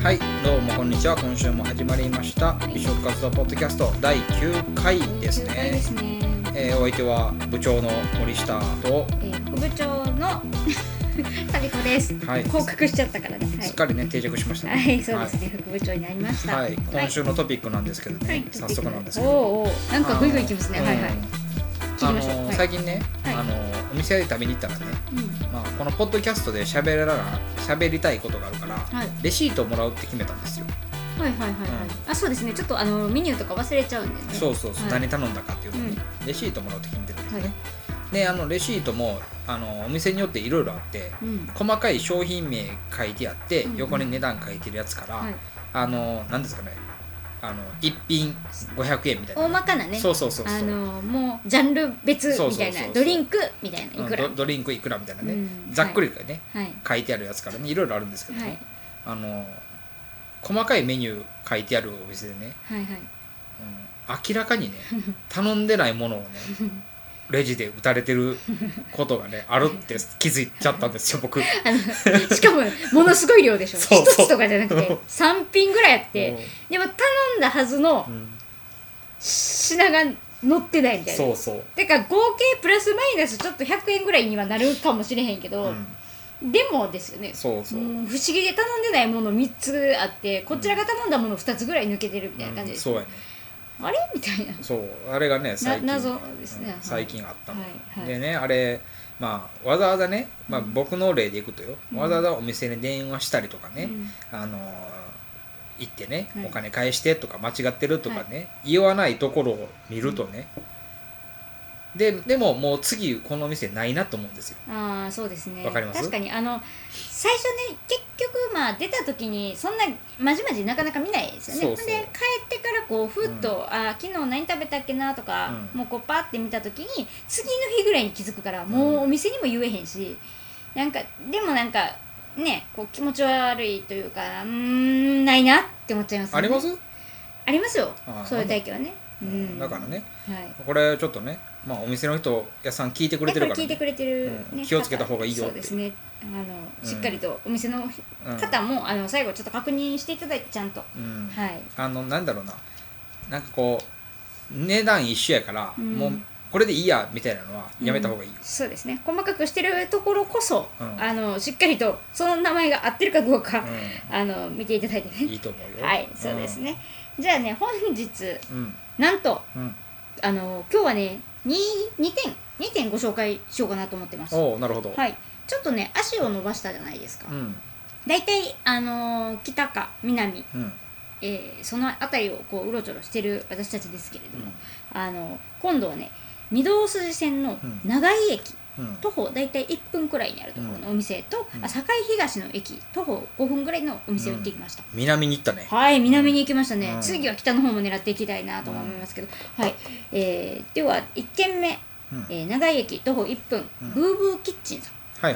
はい、どうもこんにちは。今週も始まりました美食活動ポッドキャスト第9回です 9回ですね。 ね。 お相手は部長の森下と、 副部長のタビコです、 はい、 降格しちゃったからね、 すっかりね定着しましたね。 はい、そうですね、副部長になりました。 はい、今週のトピックなんですけどね、早速なんですけど、 なんかグイグイいきますね。はいはい、聞きましょう。 最近ね、お店で食べに行ったらね、このポッドキャストで喋りたいことがあるから、レシートをもらうって決めたんですよ。 あ、そうですね。ちょっとメニューとか忘れちゃうんでね。 そう、何頼んだかっていうのに、レシートもらうって決めてるんですね。でレシートもお店によっていろいろあって、細かい商品名書いてあって、横に値段書いてるやつから、何ですかね、1品500円みたいな、 大まかなね。 そうもうジャンル別みたいな、ドリンクみたいな、いくら、 ドリンクいくらみたいなね、ざっくりね、書いてあるやつからね、いろいろあるんですけどね、細かいメニュー書いてあるお店でね、明らかにね頼んでないものをねレジで打たれてることがねあるって気づいちゃったんですよ僕。 しかもものすごい量でしょ。1つとかじゃなくて3品ぐらいあって、でも頼んだはずの品が載ってないみたいな。てか合計プラスマイナスちょっと100円ぐらいにはなるかもしれへんけど、でもですよね。不思議で頼んでないもの3つあって、こちらが頼んだもの2つぐらい抜けてるみたいな感じです。 そうやね。 あれみたいな。 あれがね謎ですね。 最近あったの。でね、あれわざわざね、僕の例でいくとよ、わざわざお店に電話したりとかね、行ってね、お金返してとか間違ってるとかね、言わないところを見るとね、でももう次この店ないなと思うんですよ。 ああ、そうですね。 わかります？ 確かに最初ね、結局出た時にそんなまじまじなかなか見ないですよね。で帰ってからこうふっと、昨日何食べたっけなとか、もうこうパッて見た時に次の日ぐらいに気づくから、もうお店にも言えへんし、でもね、こう気持ち悪いというか、ないなって思っちゃいますね。 あります？ ありますよ、そういう体験はね。 だからね、これちょっとね、お店の人屋さん聞いてくれてるから、 聞いてくれてる、 気をつけた方がいいよって。 そうですね。しっかりとお店の方も最後ちょっと確認していただいて、ちゃんと、 なんだろうな、なんかこう値段一緒やから、もうこれでいいやみたいなのはやめた方がいいよ。 そうですね。細かくしてるところこそ、しっかりとその名前が合ってるかどうか、見ていただいてね。 いいと思うよ。 はい、そうですね。じゃあね、本日、なんと、今日はね2点ご紹介しようかなと思ってます。 なるほど。 はい、ちょっとね足を伸ばしたじゃないですか。だいたい北か南、その辺りをこううろちょろしてる私たちですけれども、今度はね御堂筋線の長井駅、徒歩だいたい1分くらいにあるところのお店と、堺東の駅徒歩5分ぐらいのお店を行ってきました。 南に行ったね。 はい、南に行きましたね。次は北の方も狙っていきたいなと思いますけど、はい。では1軒目、長井駅徒歩1分、ブーブーキッチンさん。はい、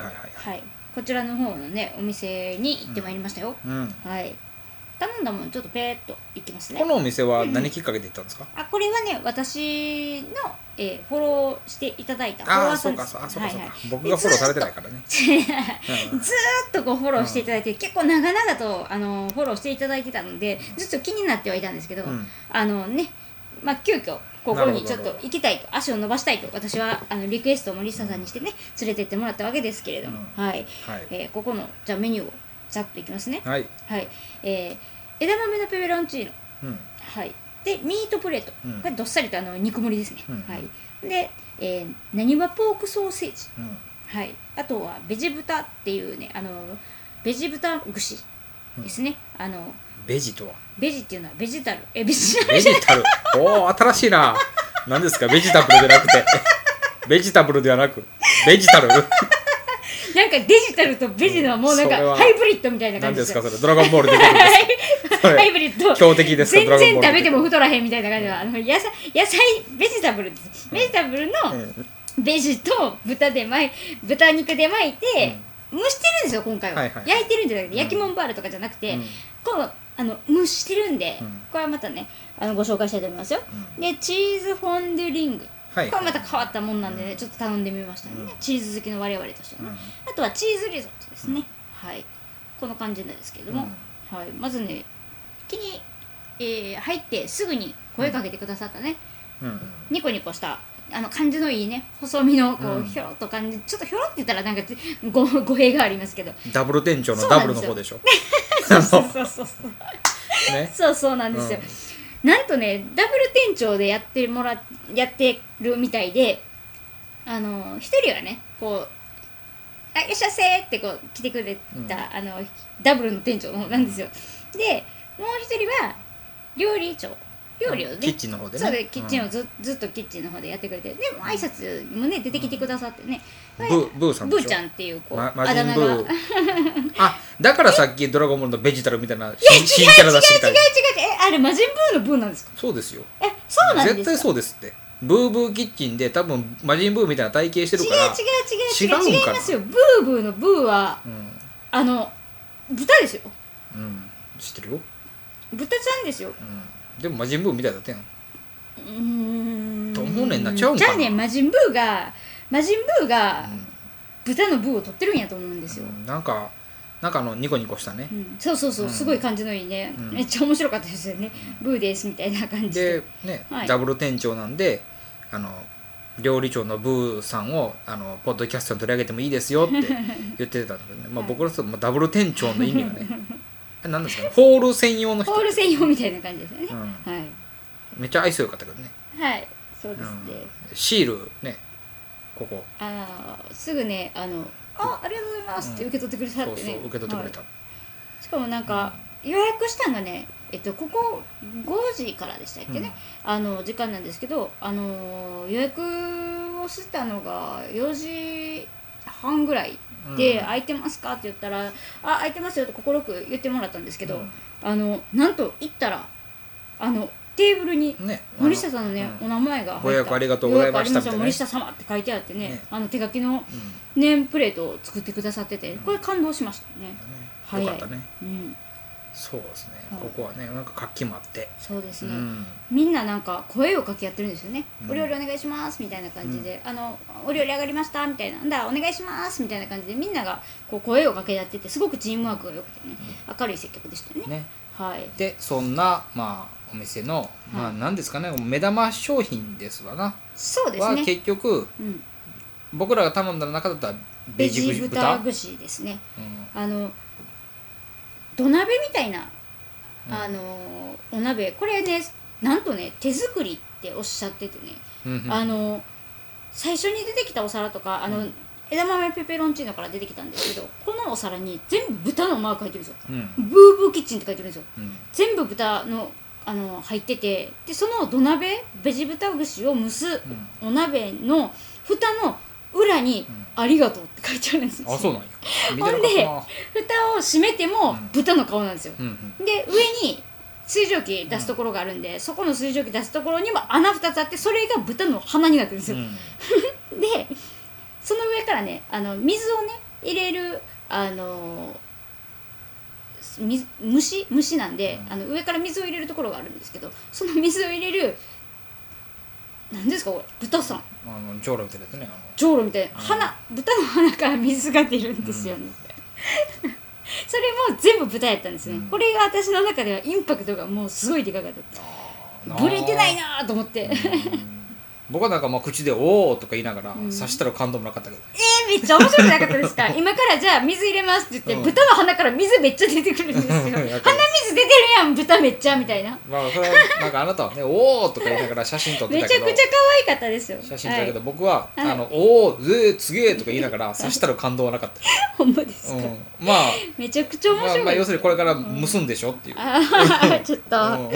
こちらの方のねお店に行ってまいりましたよ。はい。頼んだもんちょっとペーっといきますね。 このお店は何きっかけで行ったんですか？ これはね、私の、フォローしていただいたフォロワーさんです。 そうか。僕がフォローされてないからね。 ずーっとこうフォローしていただいて、結構長々とフォローしていただいてたので、ずっと気になってはいたんですけど、急遽ここにちょっと行きたいと、足を伸ばしたいと私はリクエストを森下さんにしてね連れてってもらったわけですけれども、ここのじゃあメニューをざっといきますね。枝豆のペペロンチーノ、でミートプレート、これどっさりと肉盛りですね。で、なにわポークソーセージ、あとはベジ豚っていうねベジ豚串ですね。 ベジとは、 ベジっていうのはベジタル、 ベジタル新しいな。何ですか？ベジタブルじゃなくてベジタブルではなくベジタルなんかデジタルとベジのもうなんかハイブリッドみたいな感じですよ。 何ですかそれ？ドラゴンボール出てくるんですか？ ハイブリッド強敵ですか？ 全然食べても太らへんみたいな感じは、野菜ベジタブルです。ベジタブルのベジと豚肉で巻いて、蒸してるんですよ今回は。焼いてるんじゃなくて、焼きもんバールとかじゃなくて、蒸してるんで、これはまたねご紹介したいと思いますよ。でチーズフォンデュリング、これまた変わったもんなんでね、ちょっと頼んでみましたね。チーズ好きの我々としてはね。あとはチーズリゾットですね。はい、この感じなんですけれども、 はい、まずね入ってすぐに声かけてくださったね、ニコニコした感じのいいね細身のこう、ひょろっと感じちょっとひょろって言ったらなんか語弊がありますけど、 ダブル店長のダブルの方でしょ。 そうそうなんですよ、なんとねダブル店長でやってるみたいで、一人はねこういらっしゃいませってこう来てくれた、ダブルの店長の方なんですよ。でもう一人は料理をね、 キッチンの方でね、 そうでキッチンをずっとキッチンの方でやってくれて、でも挨拶もね出てきてくださってね、 ブーさんでしょ、 ブーちゃんっていうあだ名がだからさっきドラゴンボールのベジタルみたいな新キャラ出してきた。 違うあれ魔人ブーのブーなんですか？ そうですよ。 そうなんですか？ 絶対そうですって。ブーブーキッチンで多分魔人ブーみたいな体型してるから。 違いますよ。ブーブーのブーは、豚ですよ。 知ってるよ。 豚ちゃんですよ。 でも魔人ブーみたいだったやん。と思うねんな。ちゃうんかな。 じゃあね魔人ブーが豚のブーを取ってるんやと思うんですよ。 なんかニコニコしたね。 そう、すごい感じのいいね。めっちゃ面白かったですよね。ブーですみたいな感じで。 ね、ダブル店長なんで料理長のブーさんをポッドキャストに取り上げてもいいですよって言ってたんだけどね、僕らとダブル店長の意味がね何ですかね、ホール専用の人、 ホール専用みたいな感じですよね、 めっちゃ愛想よかったけどね。 はい、そうですね、 シールね、ここすぐねありがとうございますって受け取ってくれたってね、 受け取ってくれた、 しかもなんか、予約したんがねここ5時からでしたっけね、時間なんですけど、予約をしたのが4時半ぐらいで、空いてますかって言ったら空いてますよって心く言ってもらったんですけど、なんと行ったらテーブルに森下さんのね、お名前が入った、 ご予約ありがとうございましたみたいな、 森下様って書いてあってね、手書きのネームプレートを作ってくださってて、これ感動しましたね。 よかったね。そうですね、ここはねなんか活気もあって、 そうですね、みんななんか声を掛け合ってるんですよね、お料理お願いしますみたいな感じで、お料理上がりましたみたいな、お願いしますみたいな感じでみんながこう声を掛け合ってて、すごくチームワークが良くてね、明るい接客でしたよね。 でそんなお店の何ですかね、目玉商品ですわな。 そうですね、 は結局僕らが頼んだ中だったらベジ豚串ですね。土鍋みたいなお鍋、これねなんとね手作りっておっしゃっててね、最初に出てきたお皿とか枝豆ペペロンチーノから出てきたんですけど、このお皿に全部豚のマーク入ってるんですよ、ブーブーキッチンって書いてるんですよ、全部豚の入ってて、でその土鍋ベジ豚串を蒸すお鍋の蓋の裏にありがとうって書いてあるんですよ。 そうなんや。 ほんで蓋を閉めても豚の顔なんですよ、で上に水蒸気出すところがあるんで、そこの水蒸気出すところにも穴2つあって、それが豚の鼻になってるんですよ、でその上からね水をね入れる蒸しなんで、上から水を入れるところがあるんですけど、その水を入れる何ですかこれ、豚さんじょうろみたいなやつね、 じょうろみたいな豚の鼻から水が出るんですよね、それも全部豚やったんですね、これが私の中ではインパクトがもうすごいでかかった。ブレてないなと思って僕はなんか口で「おー」とか言いながら刺したら感動もなかったけど、 めっちゃ面白くなかったですか？今からじゃあ水入れますって言って、豚の鼻から水めっちゃ出てくるんですよ鼻水出てるやん豚めっちゃみたいな、 それはなんかあなたはね「おー」とか言いながら写真撮ってたけど、 めちゃくちゃ可愛かったですよ写真撮ったけど、僕は「おーすげー」とか言いながら刺したら感動はなかったほんまですか？めちゃくちゃ面白い、 要するにこれから蒸すんでしょっていう、 ちょっと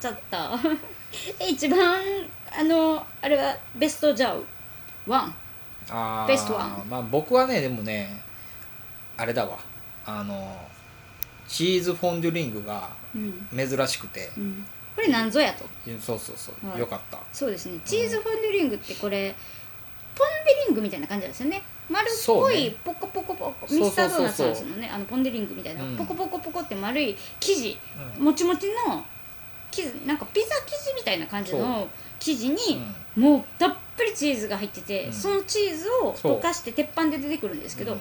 一番あれはベストじゃあベストワン。 僕はねでもねあれだわ、チーズフォンデュリングが珍しくて、 これなんぞやと。 そうよかった。 そうですね、チーズフォンデュリングってこれポン・デ・リングみたいな感じなんですよね。丸っこいポコポコポコ、ミスタードーナツなんですのね、ポン・デ・リングみたいなポコポコポコって丸い生地、もちもちのなんかピザ生地みたいな感じの生地にもうたっぷりチーズが入ってて、そのチーズを溶かして鉄板で出てくるんですけど、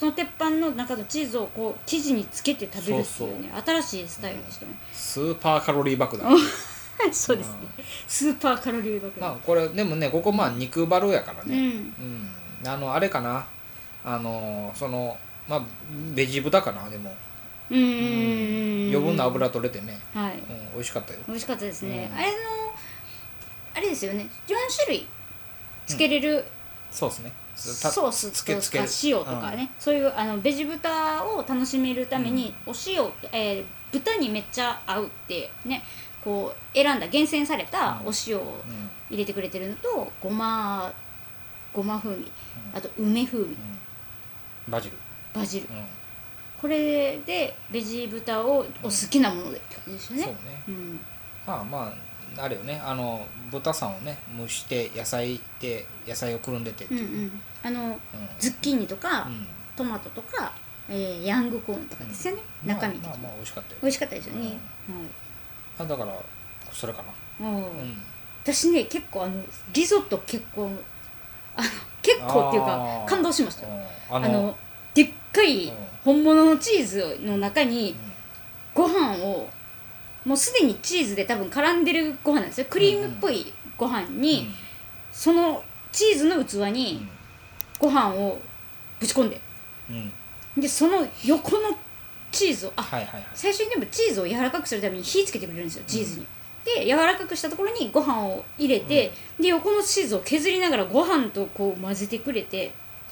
その鉄板の中のチーズをこう生地につけて食べるっていうね、新しいスタイルでしたね。 スーパーカロリー爆弾そうですね、スーパーカロリー爆弾。 まあこれでもね、ここまあ肉バルやからね、 うんあれかな、そのまあベジ豚かな、でも余分な油取れてね、 はい、 美味しかったよ。 美味しかったですね、あれですよね、4種類つけれる、 そうですね、 ソースとか塩とかね、そういうベジ豚を楽しめるために、お塩、豚にめっちゃ合うってね、こう選んだ厳選されたお塩を入れてくれてるのと、ごま風味、あと梅風味、 バジル、 これでベジ豚をお好きなものでって感じですよね。 そうね、まああれよね、豚さんをね蒸して野菜をくるんでてっていう、 ズッキーニとか、トマトとか、ヤングコーンとかですよね、中身的に。 まあ美味しかったよ。 美味しかったですよね。 だからそれかな。 私ね、結構リゾット結構っていうか感動しましたよ。でっかい本物のチーズの中にご飯を、もうすでにチーズで多分絡んでるご飯なんですよ。クリームっぽいご飯に、そのチーズの器にご飯をぶち込んで、でその横のチーズを最初にでもチーズを柔らかくするために火つけてくれるんですよ、チーズに。で柔らかくしたところにご飯を入れて、で横のチーズを削りながらご飯とこう混ぜてくれて、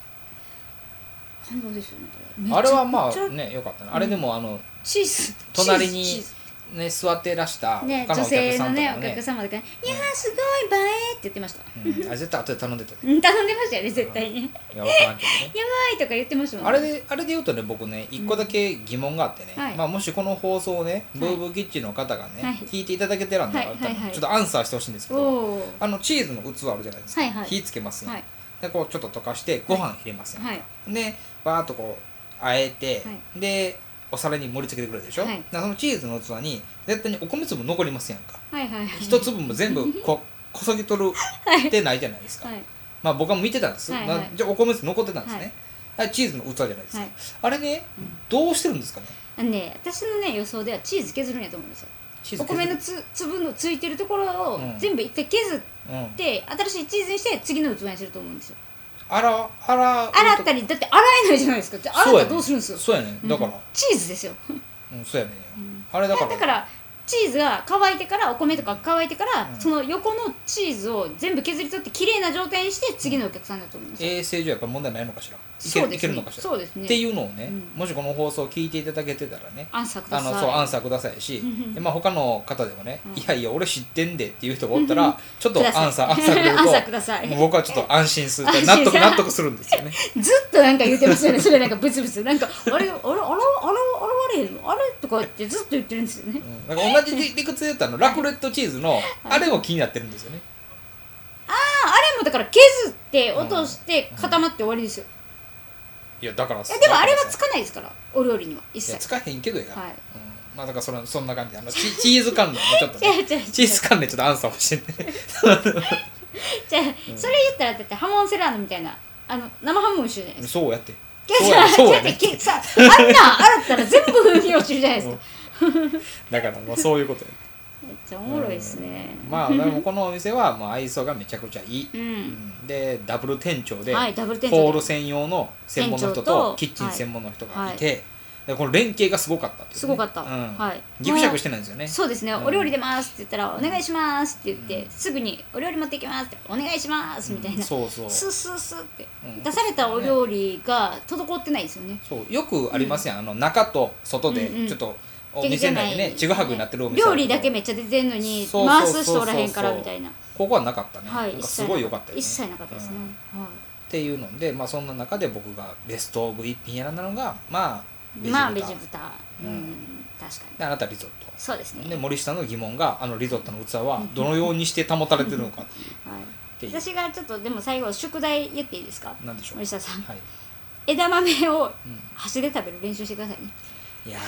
感動ですよね。 あれはまあね、よかったね。あれでもチーズ隣にね座ってらした他のお客さんとかもね、 女性のねお客様とか、いやーすごい映えって言ってました。 絶対後で頼んでた。 頼んでましたよね、絶対に。 いや、わからんけどね。 やばいとか言ってましたもんね。 あれで言うとね、僕ね一個だけ疑問があってね、まあもしこの放送をね、ブーブーキッチンの方がね聞いていただけてるんだったら、ちょっとアンサーしてほしいんですけど、チーズの器あるじゃないですか。火つけますよ。でこうちょっと溶かしてご飯入れますよ。でバーっとこうあえて、でお皿に盛り付けてくれるでしょ、そのチーズの器に絶対にお米粒残りますやんか、一粒も全部こそぎ取るってないじゃないですか、まあ僕は見てたんです、じゃあお米粒残ってたんですね、チーズの器じゃないですか、あれね、どうしてるんですかね。 私のね予想ではチーズ削るんやと思うんですよ。お米の粒のついてるところを全部一回削って、新しいチーズにして次の器にすると思うんですよ。 洗ったり、だって洗えないじゃないですか。じゃあ洗ったらどうするんですよ。 そうやね、だからチーズですよ。 そうやね、あれだからチーズが乾いてから、お米とか乾いてから、その横のチーズを全部削り取ってきれいな状態にして次のお客さんだと思うんですよ。 衛生上やっぱ問題ないのかしら、いけるのかしら、 そうですね、 っていうのをね、もしこの放送を聞いていただけてたらね、 アンサーください。 アンサーくださいし、まあ他の方でもね、いやいや俺知ってんでっていう人がおったらちょっとアンサーくれると僕はちょっと安心する、納得するんですよね。 ずっとなんか言ってますよね、それなんかブツブツなんかあれへんのあれとかってずっと言ってるんですよね。 なんか同じ理屈で言ったらラクレットチーズのあれも気になってるんですよね。 あれもだから削って落として固まって終わりですよ。 いやだからでもあれはつかないですから、お料理には一切。 つかへんけどや。まあだからそんな感じでチーズ関連ちょっとねチーズ関連ちょっとアンサー欲しいんで。 じゃあそれ言ったらだってハモンセラーノみたいな生ハムも一緒じゃないですか。 そうやって。 そうやね。あんな洗ったら全部風味落ちるじゃないですか。 だからもうそういうことや。 めっちゃおもろいですね。 まあでもこのお店はもう愛想がめちゃくちゃいい。でダブル店長でホール専用の専門の人とキッチン専門の人がいて、この連携がすごかったっていう。 すごかった。 ギクシャクしてないんですよね。 そうですね。お料理出ますって言ったらお願いしますって言ってすぐにお料理持ってきますってお願いしますみたいな。 そうそう。 スススって出されたお料理が滞ってないですよね。 そうよくありますやん、中と外でちょっとお店内でねちぐはぐになってるお店。 料理だけめっちゃ出てんのに回す人おらへんからみたいな。 ここはなかったね。すごい良かったよね。 一切なかったですね。 っていうので、まあそんな中で僕がベストオブ一品選んだのがまあベジ豚。 確かに。 であなたリゾット。 そうですね。 で森下の疑問がリゾットの器はどのようにして保たれてるのかっていう。 私がちょっとでも最後宿題言っていいですか。 何でしょう。 森下さん。枝豆を箸で食べる練習してくださいね。 いや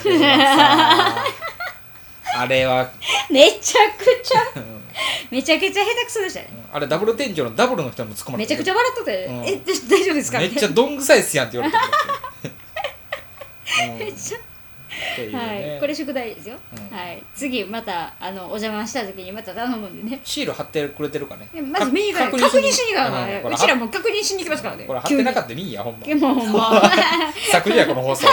あれはめちゃくちゃ下手くそでしたね。 あれダブル店長のダブルの人も突っ込まれてめちゃくちゃ笑っとって、大丈夫ですか。 めっちゃどんぐさいっすやんって言われてっていうね、 はい、これ宿題ですよ、 うん、 はい、次またお邪魔した時にまた頼むんでね。 シール貼ってくれてるかね。 まずメニューから確認しに行かない、うちらも確認しに行きますからね。 これ貼ってなかったらいいやほんま。 もうほんま作事やこの放送。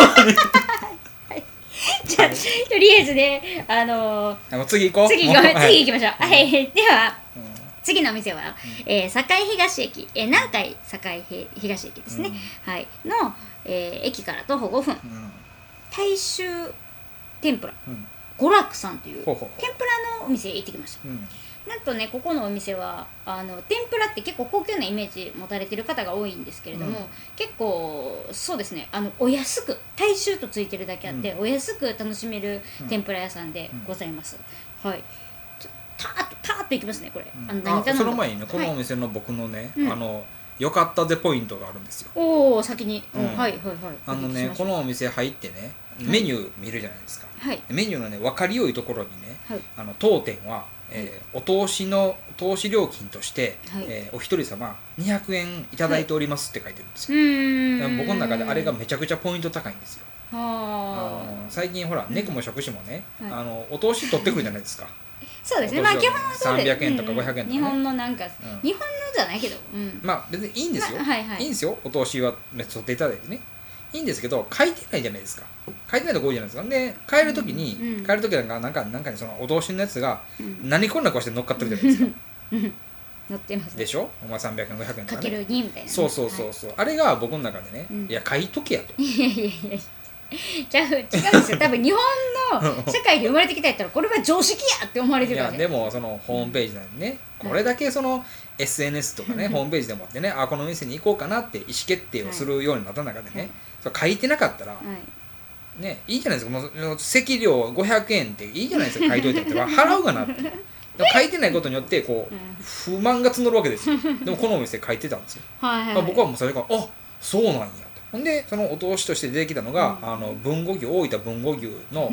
じゃあとりあえずね次行こう。 次行きましょう。はい、では、 うん、 次のお店は、堺東駅、南海堺東駅ですね、はい、の、駅から徒歩5分、大衆天ぷら、娯楽さんという天ぷらのお店へ行ってきました。なんとね、ここのお店は天ぷらって結構高級なイメージ持たれてる方が多いんですけれども、結構そうですね、お安く大衆とついてるだけあって、お安く楽しめる天ぷら屋さんでございます。はい、パーッといきますねこれ。 その前にね、このお店の僕のね、よかったぜポイントがあるんですよ。 おお、先に、はい。 このお店入ってね、メニュー見るじゃないですか。メニューのね、分かりよいところにね、当店はお通し料金として、お一人様200円いただいておりますって書いてるんですよ。僕の中であれがめちゃくちゃポイント高いんですよ。最近ほら、猫も食事もね、お通し取ってくるじゃないですか。 そうですね、まあ基本はそうで 300円とか500円とかね、 日本のなんか、日本のじゃないけど、 まあ別にいいんですよ、いいんですよ、お通しは取っていただいてね、いいんですけど、書いてないじゃないですか。書いてないとこ多いじゃないですか。で、帰るときなんかにそのお通しのやつが何こんな顔して乗っかってるじゃないですか。 乗ってますでしょ。お前300円500円とかね。 かける2みたいな。 そう、あれが僕の中でね、いや書いとけやと。 いや違うんですよ。多分日本の社会で生まれてきたやったらこれは常識やって思われてるからね。 いやでもそのホームページなんでね、これだけその SNS とかね、ホームページでもってね、この店に行こうかなって意思決定をするようになった中でね、書いてなかったら、ね、いいじゃないですか。もう席料500円っていいじゃないですか、書いといてって払うがなって。でも書いてないことによってこう、不満が募るわけですよ。でもこのお店書いてたんですよ。僕はもう最初からそうなんや。ほんでそのお通しとして出てきたのが、大分豊後牛の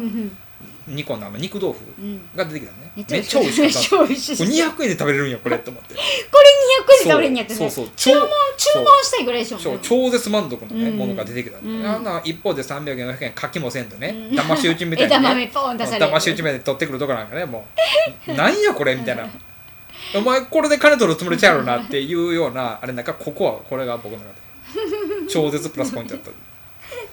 2個の肉豆腐が出てきたのね。めっちゃ美味しかった。これ200円で食べれるんやこれと思って。これ200円で食べれるんやってね。注文したいぐらいでしょ。 超絶満足のねものが出てきた。一方で300円400円書きもせんとね、騙し討ちみたいなね、騙し討ちみたいに取ってくるとこなんかね、もうなんやこれみたいな。お前これで金取るつもりちゃうなっていうようなあれなんか、これが僕の中で超絶プラスポイントだった。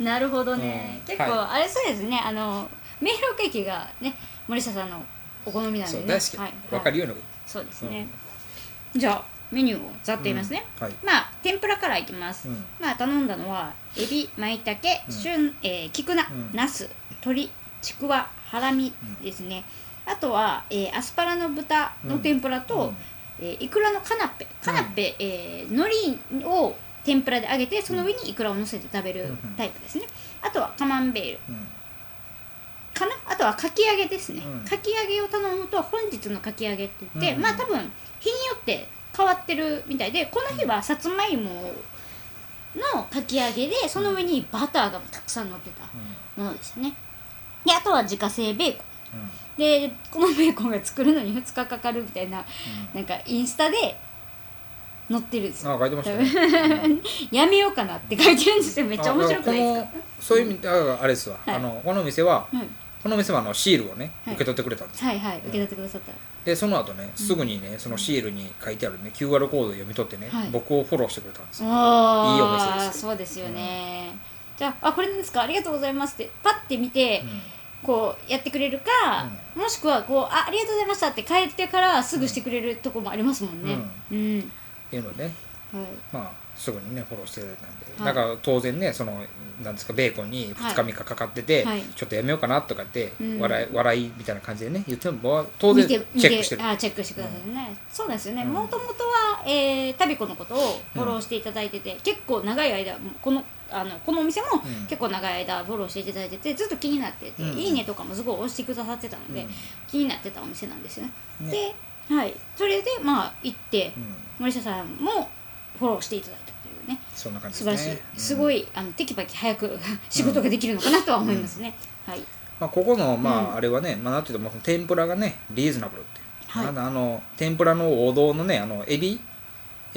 なるほどね、結構あれそうですね、メイロケーキがね森下さんのお好みなんでね、 大好き、分かるように。 そうですね、じゃあメニューをざっと言いますね。まあ天ぷらからいきます。まあ頼んだのはエビ、マイタケ、キクナ、ナス、鶏、ちくわ、ハラミですね。あとはアスパラの豚の天ぷらとイクラのカナッペ、海苔を天ぷらで揚げて、その上にイクラを乗せて食べるタイプですね。あとはカマンベールかな。あとはかき揚げですね。かき揚げを頼むと本日のかき揚げって言って、まあ多分日によって変わってるみたいで、この日はさつまいものかき揚げで、その上にバターがたくさん乗ってたものでしたね。であとは自家製ベーコンで、このベーコンが作るのに2日かかるみたいな、なんかインスタで載ってるんですよ。 書いてましたね。 やめようかなって書いてるんですよ。めっちゃ面白くないですか。 そういう意味であれですわ。この店はシールをね受け取ってくれたんですよ。 受け取ってくださった。 でその後ね、すぐにねそのシールに書いてあるね QR コードを読み取ってね、僕をフォローしてくれたんですよ。いいお店です。 そうですよね。じゃあこれなんですか、ありがとうございますってパッて見てこうやってくれるか、もしくはこうありがとうございましたって帰ってからすぐしてくれるとこもありますもんね。 っていうので、まあすぐにねフォローしていただいたんで、だから当然ね、そのなんですか、ベーコンに2日3日かかってて、ちょっとやめようかなとかって笑いみたいな感じでね言っても当然チェックしてる。 チェックしてくださいね。そうですよね。もともとはタビコのことをフォローしていただいてて、結構長い間このお店も結構長い間フォローしていただいてて、ずっと気になってて、いいねとかもすごい押してくださってたので、気になってたお店なんですよね。で、それでまあ行って森下さんもフォローしていただいたっていうね、 そんな感じですね。 素晴らしい、すごいテキパキ早く仕事ができるのかなとは思いますね。 まあここのあれはね、なんていうと天ぷらがねリーズナブルっていう、天ぷらの王道のねエビ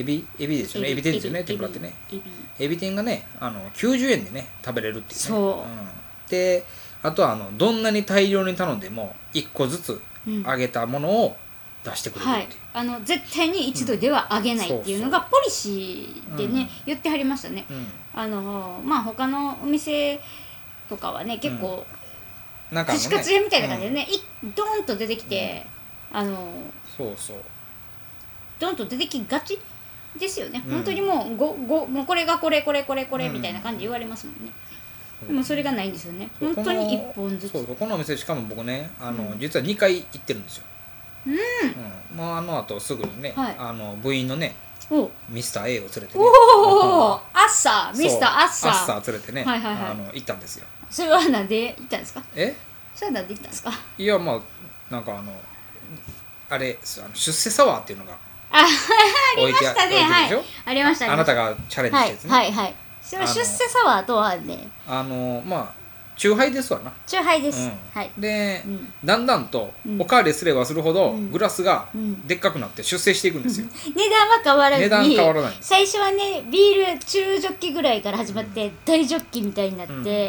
エビですよね。エビ天ですよね、天ぷらってね。エビ天がね90円でね食べれるっていうね。 そう、 であとはどんなに大量に頼んでも1個ずつ揚げたものを出してくれるっていう、 絶対に一度では揚げないっていうのがポリシーでね、言ってはりましたね。他のお店とかはね結構串カツ屋みたいな感じでね、ドーンと出てきて、 そうそうドーンと出てきがちですよね。本当にもうもうこれがこれみたいな感じで言われますもんね。でもそれがないんですよね。本当に1本ずつ。 そうこのお店しかも僕ね実は2回行ってるんですよ。もうあとすぐにね、部員のねミスター A を連れてね、 アッサーミスターアッサー連れてね行ったんですよ。 それはなんで行ったんですか？それはなんで行ったんですか？ いやなんかあれ出世サワーっていうのがありましたね。ありました。 あなたがチャレンジしたやつね。 それは出世サワーとはねチューハイですわな。 チューハイです。 でだんだんとおかわりすればするほどグラスがでっかくなって出世していくんですよ。 値段は変わらずに、 値段変わらない。 最初はねビール中ジョッキぐらいから始まって大ジョッキみたいになって、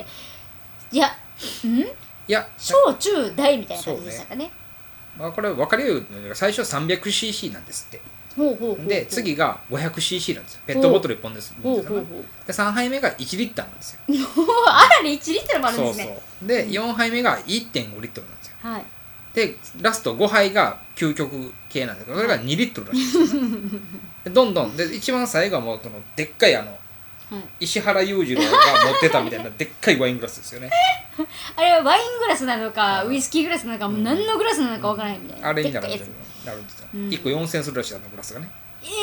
いや小中大みたいな感じでしたかね。 これ分かりやすい最初 300cc なんですって。で次が 500cc なんですよ。ペットボトル1本です。で3杯目が1リッターなんですよ。 あらね1リットルもあるんですね。 で4杯目が 1.5 リットルなんですよ。でラスト5杯が究極系なんですけどそれが2リットルらしいんですよ。でどんどんで一番最後はもうでっかい石原裕次郎が持ってたみたいなでっかいワイングラスですよね。 あれはワイングラスなのかウイスキーグラスなのかもう何のグラスなのかわからないみたいな。 あれになるんですよ。1個4000円するらしいグラスがね。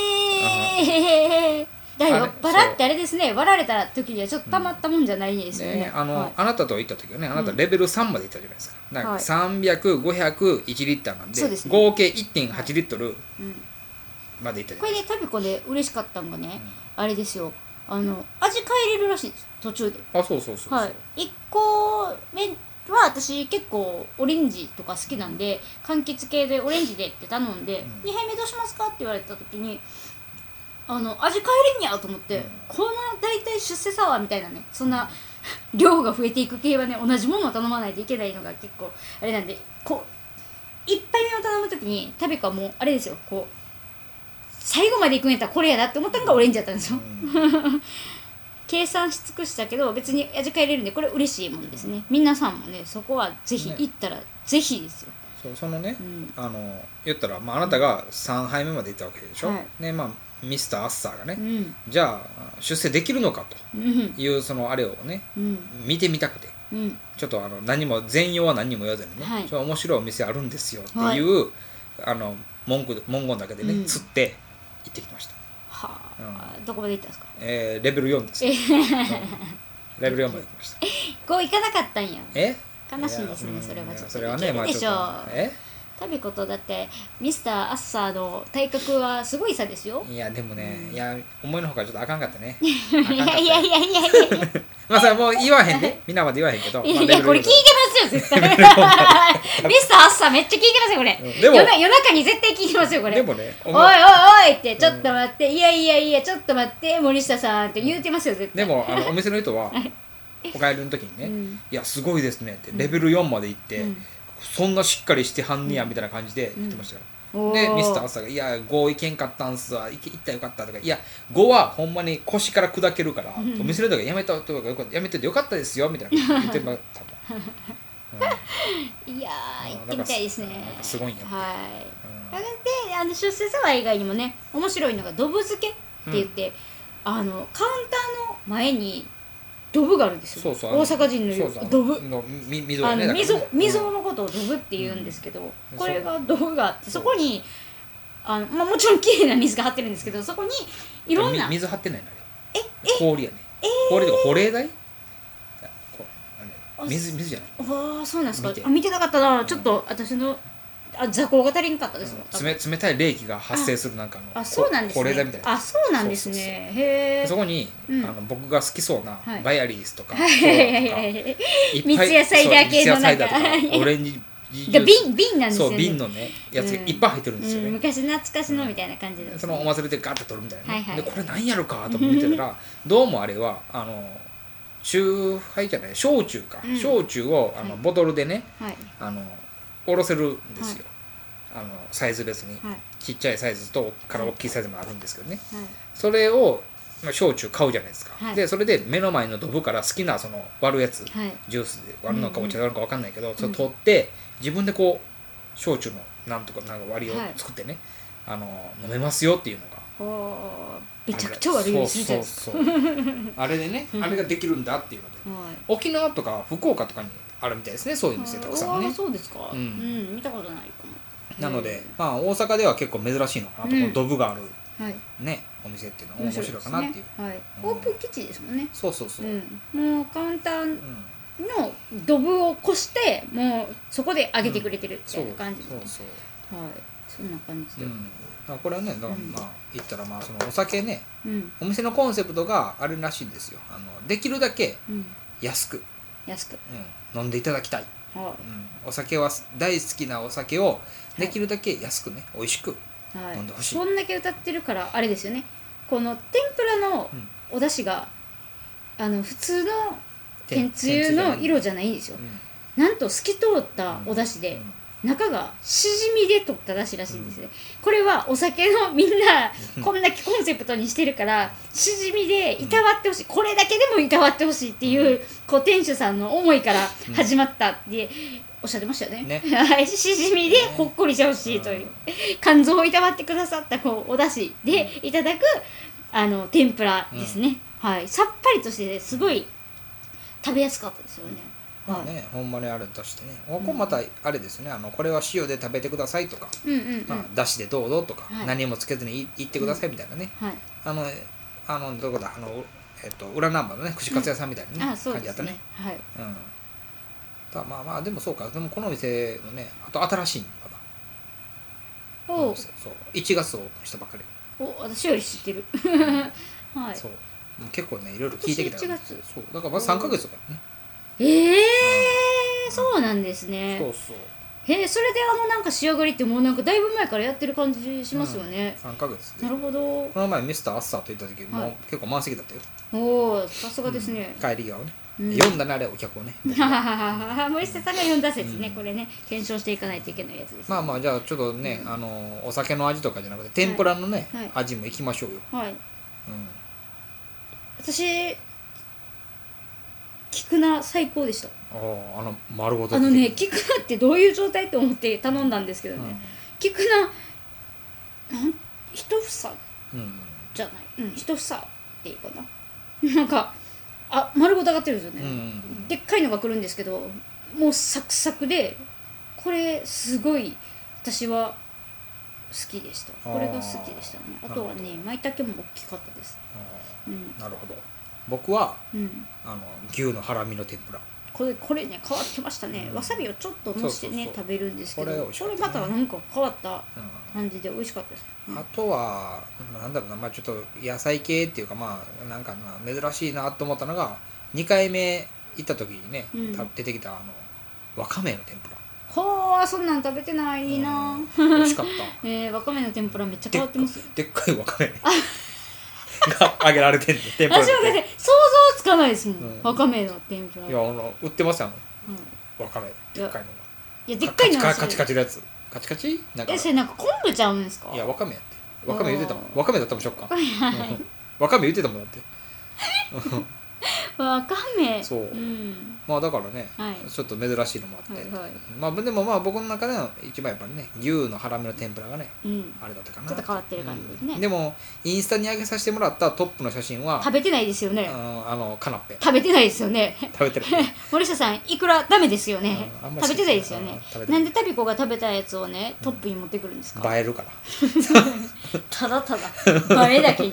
だから酔っ払ってあれですね割られた時にはちょっとたまったもんじゃないですよね。 あなたと行った時はねあなたレベル3まで行ったじゃないですか。だから300、500、1リッターなんで合計 1.8 リットルまで行ったじゃないですか。 これねタビコで嬉しかったのがねあれですよ味変えれるらしいです途中で。 そう 1個目は私結構オレンジとか好きなんで柑橘系でオレンジでって頼んで、2杯目どうしますかって言われた時に味変えれんやと思って、この大体出世サワーみたいなねそんな量が増えていく系はね同じものを頼まないといけないのが結構あれなんで1杯目を頼む時にタビコはもうあれですよ最後までいくんやったらこれやなって思ったのがオレンジだったんですよ。計算し尽くしたけど別に味変えれるんでこれ嬉しいもんですね。皆さんもねそこはぜひ行ったらぜひですよ。 そのね言ったらあなたが3杯目まで行ったわけでしょ。ミスターアッサーがねじゃあ出世できるのかというそのあれをね見てみたくてちょっと何も全容は何にも言わずにね面白いお店あるんですよっていう文言だけでね釣って行ってきました。 どこまで行ったんですか？ レベル4です。レベル4まで行きました。 5行かなかったんや。悲しいですねそれは。 それはねでしょう。タビコとだってミスターアッサーの体格はすごい差ですよ。 いやでもね思いのほかちょっとあかんかったね。 いやそれもう言わへんでみんなまで言わへんけど。 いやこれ聞いてますよ絶対。ミスターアッサーめっちゃ聞いてますよこれ。夜中に絶対聞いてますよこれ。 でもねおいってちょっと待っていやちょっと待って森下さんって言うてますよ絶対。 でもお店の人はお帰りの時にねいやすごいですねってレベル4まで行ってそんなしっかりしてはんねやみたいな感じで言ってましたよ。でミスターアッサーが「いや5いけんかったんすわ行ったらよかった」とか「いや5はほんまに腰から砕けるからお店の人がやめててよかったですよ」みたいなこと言ってましたいや行ってみたいですね。 すごいんやって。 で出世サワー以外にもね面白いのがドブ漬けって言ってカウンターの前にドブがあるんですよ。大阪人の言うドブ溝のことをドブって言うんですけどこれがドブがあってそこにもちろん綺麗な水が張ってるんですけどそこにいろんな水張ってないのあれ氷やね。氷とか保冷剤水じゃない。 そうなんですか。見てなかったな。ちょっと私の座高が足りんかったです冷たい冷気が発生するなんかそうなんですね。 保冷剤みたいな。 そうなんですね。へえ。 そこに僕が好きそうなバイアリースとか三ツ矢サイダー系のなんかオレンジ瓶なんですよね。 そう瓶のねやつがいっぱい入ってるんですよね、 昔懐かしのみたいな感じで、 そのお祭りでガッと取るみたいな、ねでこれ何やるかと思ってたらどうもあれは酎ハイじゃない焼酎か、焼酎をボトルでね、おろせるんですよ、サイズ別に、ちっちゃいサイズとから大きいサイズもあるんですけどね、それを焼酎買うじゃないですか、でそれで目の前のドブから好きなその割るやつ、ジュースで割るのかお茶で割るのか分かんないけど、それ取って自分でこう焼酎のなんか割りを作ってね、飲めますよっていうのがめちゃくちゃ悪いようにするじゃないですか。 あれでね、あれができるんだっていうので、沖縄とか福岡とかにあるみたいですね、そういう店たくさんね。 そうですか。見たことないかも。 なのでまあ大阪では結構珍しいのかなと、このドブがあるねお店っていうのは面白いかなっていう。 オープンキッチンですもんね。 そうそうそう。 もうカウンターのドブをこしてもうそこで揚げてくれてるっていう感じですね。そうそう。はい、そんな感じで。 これはね、だからまあ言ったらまあそのお酒ね、お店のコンセプトがあれらしいんですよ。できるだけ安く飲んでいただきたい。お酒は大好きなお酒をできるだけ安くね美味しく飲んでほしい。 そんだけ歌ってるからあれですよね。この天ぷらのお出汁が普通の天つゆの色じゃないんですよ。なんと透き通ったお出汁で。中がしじみで取った出汁らしいんですね、これはお酒のみんなこんだけコンセプトにしてるからしじみでいたわってほしい、これだけでもいたわってほしいっていう店主さんの思いから始まったっておっしゃってましたよね。しじみでほっこりしてほしいという肝臓をいたわってくださったお出汁でいただく天ぷらですね、さっぱりとしてすごい食べやすかったですよね。 まあね、ほんまにあれとしてね、ここまたあれですね、これは塩で食べてくださいとか、だしでどうぞとか、何もつけずにいってくださいみたいなね、どこだ、裏ナンバーのね、串カツ屋さんみたいなね、感じだったね。まあまあ、でもそうか、でもこのお店のね、あと新しいまだ。そう、1月オープンしたばっかり。 私より知ってる。 そう、結構ね、いろいろ聞いてきたから。そう、だからまあ3ヶ月とかね。 そうなんですね。 そうそう。 それでなんか仕上がりってもうなんかだいぶ前からやってる感じしますよね。 3ヶ月で。 なるほど。 この前ミスターアッサーと行った時もう結構満席だったよ。 おお、さすがですね。 帰り際をね。読んだねあれお客をね。 森下さんが読んだ説ね、これね検証していかないといけないやつです。 まあまあじゃあちょっとねお酒の味とかじゃなくて天ぷらのね味もいきましょうよ。はい。 私。菊菜最高でした。 丸ごとね、菊菜ってどういう状態って思って頼んだんですけどね、菊菜一房じゃない、一房っていうかな、なんか丸ごと上がってるんですよね、でっかいのが来るんですけどもうサクサクで、これすごい私は好きでした。これが好きでしたね。あとはね、舞茸も大きかったです。 なるほど。僕は、牛のハラミの天ぷら。 これね変わってましたね。わさびをちょっとのしてね食べるんですけど、これまたなんか変わった感じで美味しかったです。 あとはなんだろうな、まあちょっと野菜系っていうかまあなんか珍しいなと思ったのが2回目行った時にね出てきたわかめの天ぷら。 ほー、そんなん食べてないな。 美味しかった。 わかめの天ぷらめっちゃ変わってますよ。 でっかいわかめ。が揚げられてんの天ぷらで。 私はね想像つかないですもん、わかめの天ぷら。 いや売ってますよわかめでっかいのが。 いやでっかいのカチカチのやつ。カチカチなんか。 それなんか昆布ちゃうんですか。 いやわかめやって。わかめ言ってたもん。わかめだったもんしょっか。わかめ言ってたもんだって。 わかめ。 そう。まあだからね、ちょっと珍しいのもあって、まあでもまあ僕の中での一番やっぱりね、牛のハラミの天ぷらがね、あれだったかな。 ちょっと変わってる感じですね。 でもインスタに上げさせてもらったトップの写真は食べてないですよね。 カナッペ。 食べてないですよね。 食べてる。森下さんいくらダメですよね。食べてないですよね。なんでタビコが食べたやつをねトップに持ってくるんですか。 映えるから。 ただただ映えだけに。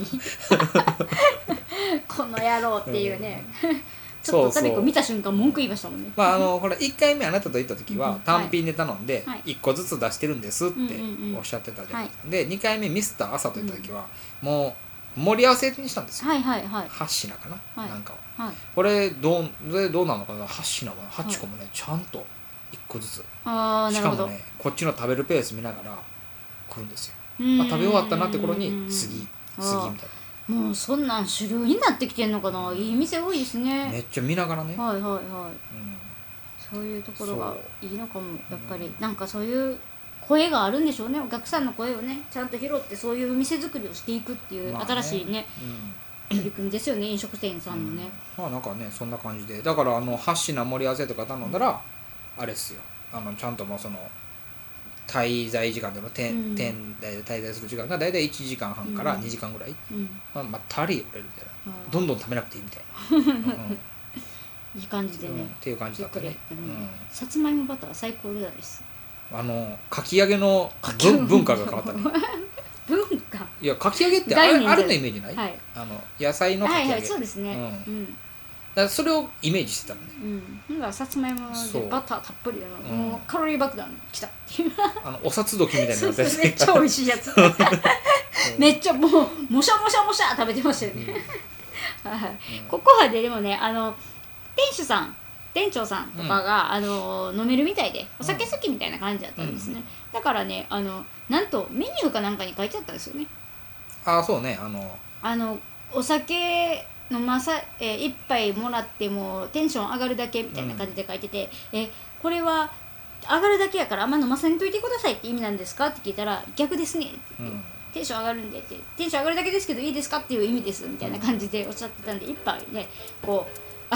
この野郎っていうね。ちょっとタビコ見た瞬間文句言いましたもんね。 まあこれ1回目あなたと行った時は単品で頼んで1個ずつ出してるんですっておっしゃってたじゃないですか。で2回目ミスター朝と行った時はもう盛り合わせにしたんですよ。8品かな、なんかを。これどうなのかな、8品は8個もねちゃんと1個個ずつ。 ああ、なるほど。 しかもねこっちの食べるペース見ながら来るんですよ。 うん食べ終わったなって頃に次みたいもうそんなん主流になってきてんのかな。いい店多いですな。めね。 っちゃ見ながらね、 はいはいはい。 うん、 そういうところがいいのかも。やっぱりなんかそういう声があるんでしょうね。お客さんの声をねちゃんと拾ってそういう店作りをしていくっていうまあね新しいね、取り組みですよね、飲食店さんのね。 まあなんかねそんな感じで、だから8品盛り合わせとか頼んだら、あれっすよ、ちゃんともうその滞在時間での店で滞在する時間がだいたい1時間半から2時間ぐらい、まあたり折れるみたいな、どんどん食べなくていいみたいな、 いい感じでね、 っていう感じだったね。 さつまいもバター最高です。 かき揚げの文化が変わったね。 文化いやかき揚げってあるのイメージない、 はい、 野菜のかき揚げ、 はいはい、そうですね、 だからそれをイメージしてたのね。 だからさつまいもでバターたっぷりの、もうカロリー爆弾きたっていうお札時みたいなやつそうそうめっちゃ美味しいやつめっちゃもうもしゃもしゃもしゃ食べてましたよね、ここはでもね店長さんとかが、飲めるみたいでお酒好きみたいな感じだったんですね、だからねなんとメニューかなんかに書いてあったんですよね。 ああそうねお酒一杯もらってもテンション上がるだけみたいな感じで書いてて、これは上がるだけやからあんま飲ませんといてくださいって意味なんですかって聞いたら逆ですねって言って、テンション上がるんでってテンション上がるだけですけどいいですかっていう意味ですみたいな感じでおっしゃってたんで、一杯ねこ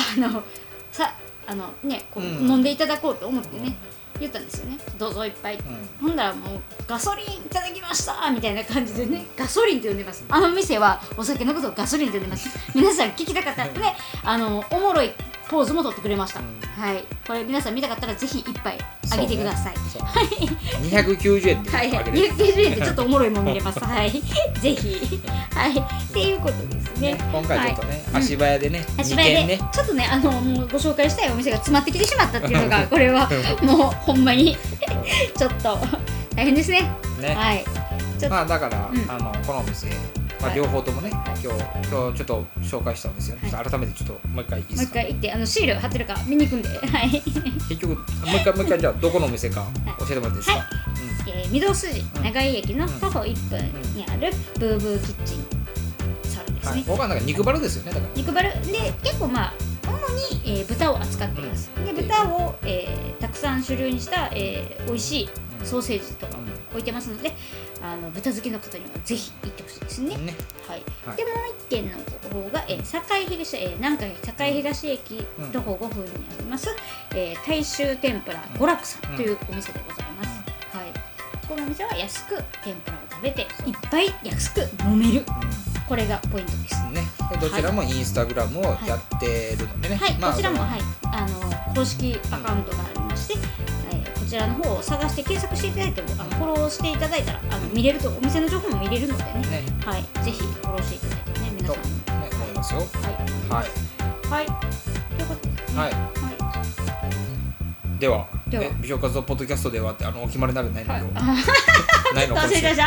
う飲んでいただこうと思ってね、言ったんですよね。どうぞ一杯、ほんだらもうガソリンいただきましたみたいな感じでね、ガソリンって呼んでます。店はお酒のことをガソリンって呼んでます。皆さん聞きたかったらねおもろいポーズも取ってくれました、はい、これ皆さん見たかったらぜひ一杯あげてください。はい 290円であげる、290円でちょっとおもろいもん見れますはいぜひはいっていうことですね。 今回ちょっとね足早でね足早でちょっとねもうご紹介したいお店が詰まってきてしまったっていうのがこれはもうほんまにちょっと大変ですね。はい。 まあだからこのお店両方ともね今日ちょっと紹介したんですよ。改めてちょっともう一回いいですか。 もう一回行ってシール貼ってるか見に行くんで、はい。 結局もう一回じゃあどこのお店か教えてもらっていいですか。 御堂筋長井駅の徒歩1分にあるブーブーキッチンさんですね。 僕はなんか肉バルですよね。だから肉バルで結構主に豚を扱っています。で豚をたくさん種類にした美味しいソーセージとか置いてますので、豚好きの方にはぜひ行ってほしいですね。はい。でもう一軒の方が南海東駅徒歩5分にあります大衆天ぷら娯楽さんというお店でございます。はい。このお店は安く天ぷらを食べていっぱい安く飲める。これがポイントですね。 どちらもインスタグラムをやってるのでね。 はい。こちらも公式アカウントがありまして。こちらの方を探して検索していただいてもフォローしていただいたら見れるとお店の情報も見れるのでね、はい、ぜひフォローしていただいてね皆さん思いますよ。 はいということですね。はいでは美食活動ポッドキャストではってお決まりになるないのないの今週ないの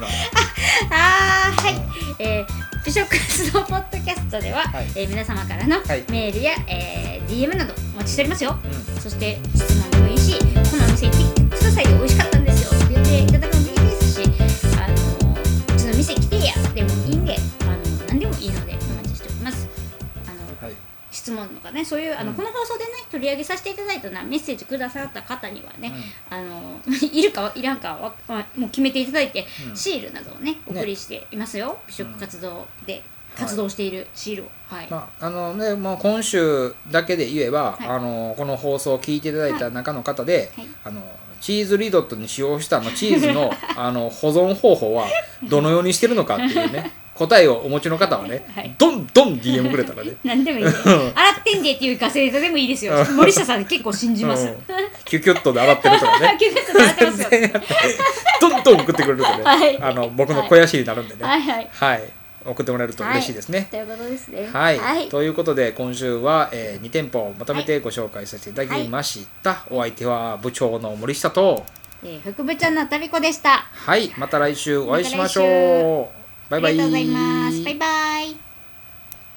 はい美食活動ポッドキャストでは皆様からのメールや DM などお待ちしておりますよ。そして質問でもいいしこのお店行ってくださいで美味しかったんですよって言っていただくのもいいですしうちの店来てやでもいいんで何でもいいのでお待ちしております。質問とかねそういうこの放送でね取り上げさせていただいたメッセージくださった方にはねいるかいらんかはもう決めていただいてシールなどをねお送りしていますよ。美食活動で活動しているシールを。 今週だけで言えばこの放送を聞いていただいた中の方でチーズリゾットに使用したチーズの保存方法はどのようにしてるのかっていうね答えをお持ちの方はねどんどん DM くれたらね何でもいいです洗ってんでっていうガセレタでもいいですよ。森下さん結構信じますキュキュットで洗ってるとかねキュキュットで洗ってますよどんどん送ってくれるとね僕の肥やしになるんでねはい送ってもらえると嬉しいですね。 ということですね。 ということで今週は2店舗をまとめてご紹介させていただきました。お相手は部長の森下と副部長のタビコでした。 はい、また来週お会いしましょう。バイバイ。 ありがとうございます。バイバイ。